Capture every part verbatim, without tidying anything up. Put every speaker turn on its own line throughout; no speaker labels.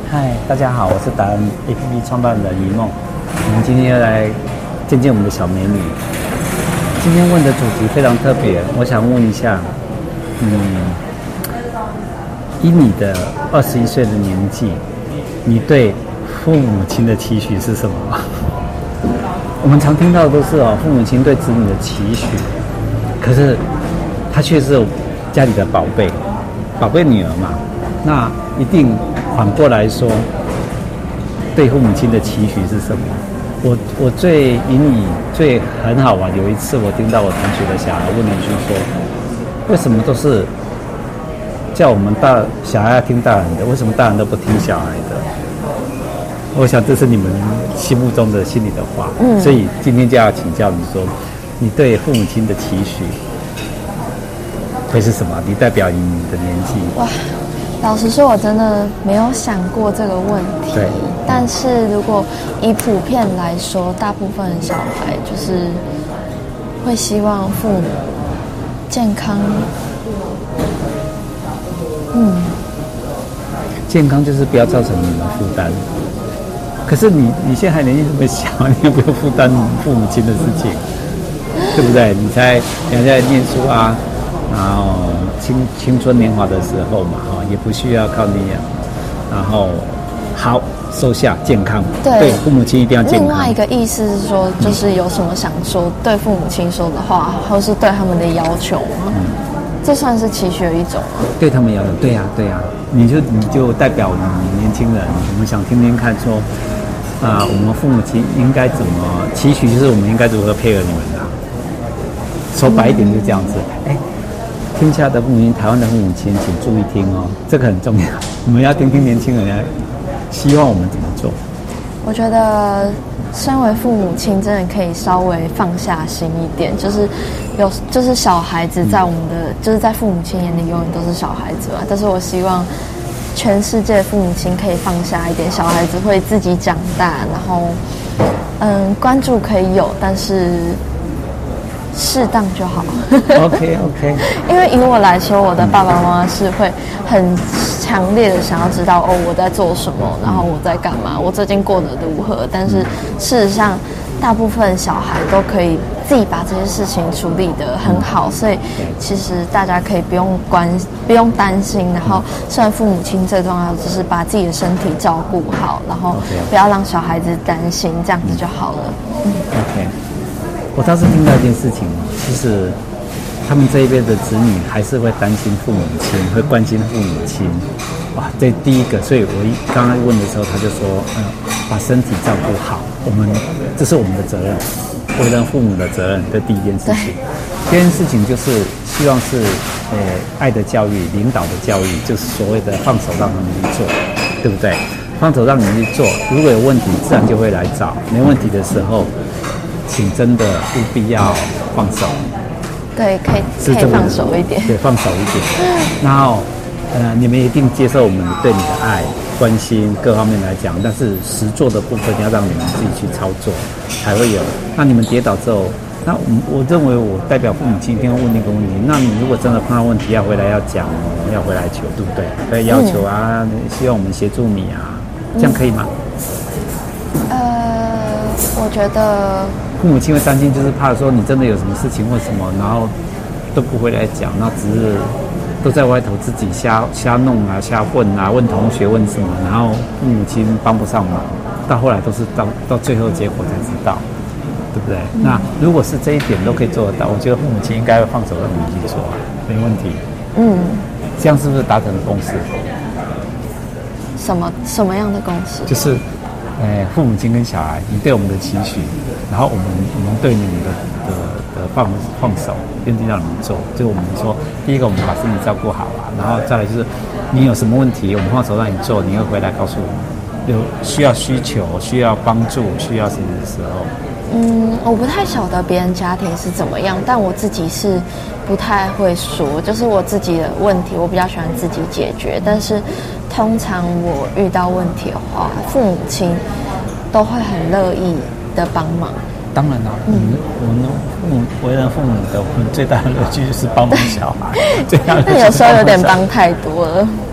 嗨，大家好，我是达人 A P P 创办人于梦。我们今天要来见见我们的小美女。今天问的主题非常特别，我想问一下，嗯，以你的二十一岁的年纪，你对父母亲的期许是什么？我们常听到的都是哦，父母亲对子女的期许，可是他却是家里的宝贝，宝贝女儿嘛，那一定反过来说，对父母亲的期许是什么？我我最引以最很好玩，有一次我听到我同学的小孩问一句说，为什么都是叫我们大小孩要听大人的，为什么大人都不听小孩的？我想这是你们心目中的心里的话，嗯，所以今天就要请教你说，你对父母亲的期许会是什么？你代表你的年纪。
哇，老实说，我真的没有想过这个问题。
对。
但是如果以普遍来说，大部分小孩就是会希望父母健康。嗯。
健康就是不要造成你们负担。可是你你现在还年纪这么小，你又不用负担父母亲的事情，对不对？你才你还在念书啊，然后青青春年华的时候嘛，哈，也不需要靠你养。然后好收下健康，对，对父母亲一定要健康。
另外一个意思是说，就是有什么想说对父母亲说的话，或是对他们的要求吗？嗯，这算是期许的一种吗？
对他们要求，对呀、啊，对呀、啊，你就你就代表你年轻人，我们想听听看说。啊、呃，我们父母亲应该怎么期许？就是我们应该如何配合你们的、啊？说白一点就这样子。哎、嗯，天下的父母亲，台湾的父母亲，请注意听哦，这个很重要。我们要听听年轻人希望我们怎么做。
我觉得，身为父母亲，真的可以稍微放下心一点。就是有，就是小孩子在我们的，嗯、就是在父母亲眼里永远都是小孩子嘛。但是我希望。全世界父母亲可以放下一点，小孩子会自己长大，然后，嗯，关注可以有，但是适当就好。
OK OK。
因为以我来说，我的爸爸妈妈是会很强烈的想要知道哦我在做什么，然后我在干嘛，我最近过得如何。但是事实上，大部分小孩都可以自己把这些事情处理得很好，所以其实大家可以不用关不用担心。然后，虽然父母亲最重要的就是把自己的身体照顾好，然后不要让小孩子担心，这样子就好了。嗯
OK， 我倒是听到一件事情，其实他们这一辈的子女还是会担心父母亲，会关心父母亲。哇，这第一个，所以我一刚刚问的时候，他就说，嗯，把身体照顾好，我们这是我们的责任，为人父母的责任，这第一件事情。第二件事情就是希望是，呃，爱的教育、领导的教育，就是所谓的放手让他们去做，对不对？放手让你们去做，如果有问题，自然就会来找。没问题的时候，请真的务必要放手。
对，可以可以放手一点。
对，放手一点。然后。呃，你们一定接受我们对你的爱、关心各方面来讲，但是实做的部分要让你们自己去操作，才会有。那你们跌倒之后，那我我认为我代表父母亲一定要问那个问题。那你如果真的碰到问题，要回来要讲哦，要回来求，对不对？可以要求啊，嗯、希望我们协助你啊，这样可以吗？
呃，我觉得
父母亲会担心，就是怕说你真的有什么事情或什么，然后都不回来讲，那只是。都在外头自己瞎瞎弄啊，瞎问啊，问同学问什么，然后父母亲帮不上忙，到后来都是到到最后结果才知道，对不对？嗯、那如果是这一点都可以做得到，我觉得父母亲应该会放手让你去做，没问题。嗯，这样是不是达成了共识？
什么什么样的共识？
就是，呃，父母亲跟小孩，你对我们的期许，然后我们我们对你们的的的放放手。愿意让你们做，就我们说，第一个我们把身体照顾好啊，然后再来就是你有什么问题，我们放手让你做，你会回来告诉我们。有需要需求、需要帮助、需要什么的时候。
嗯，我不太晓得别人家庭是怎么样，但我自己是不太会说，就是我自己的问题，我比较喜欢自己解决。但是通常我遇到问题的话，父母亲都会很乐意的帮忙。
当然了，嗯，我们父母为人父母的，我们最大的乐趣就是帮忙小孩。这样，
但有时候有点帮太多了。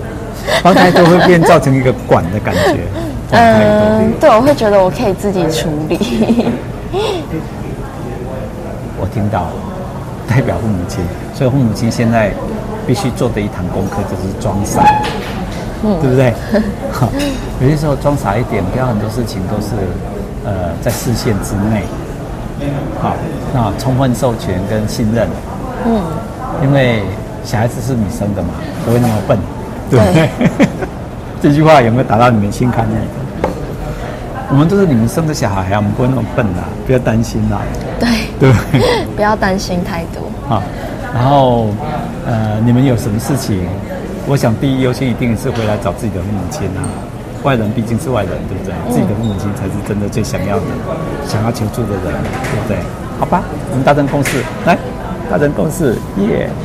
放太多会变造成一个管的感觉。
嗯，对，我会觉得我可以自己处理。
我听到代表父母亲，所以父母亲现在必须做的一堂功课就是装傻，嗯、对不对？好，有些时候装傻一点，不要很多事情都是呃在视线之内。好，那充分授权跟信任，嗯，因为小孩子是你生的嘛，不会那么笨，对不对？对这句话有没有打到你们心坎里？我们都是你们生的小孩啊，我们不会那么笨啦，不要担心啦。
对
对，
不要担心太多。
好，然后呃，你们有什么事情，我想第一优先一定是回来找自己的父母亲啊。外人毕竟是外人，对不对？嗯、自己的父母亲才是真的最想要的、想要求助的人，对不对？好吧，我们达成共识，来，达成共识，耶、yeah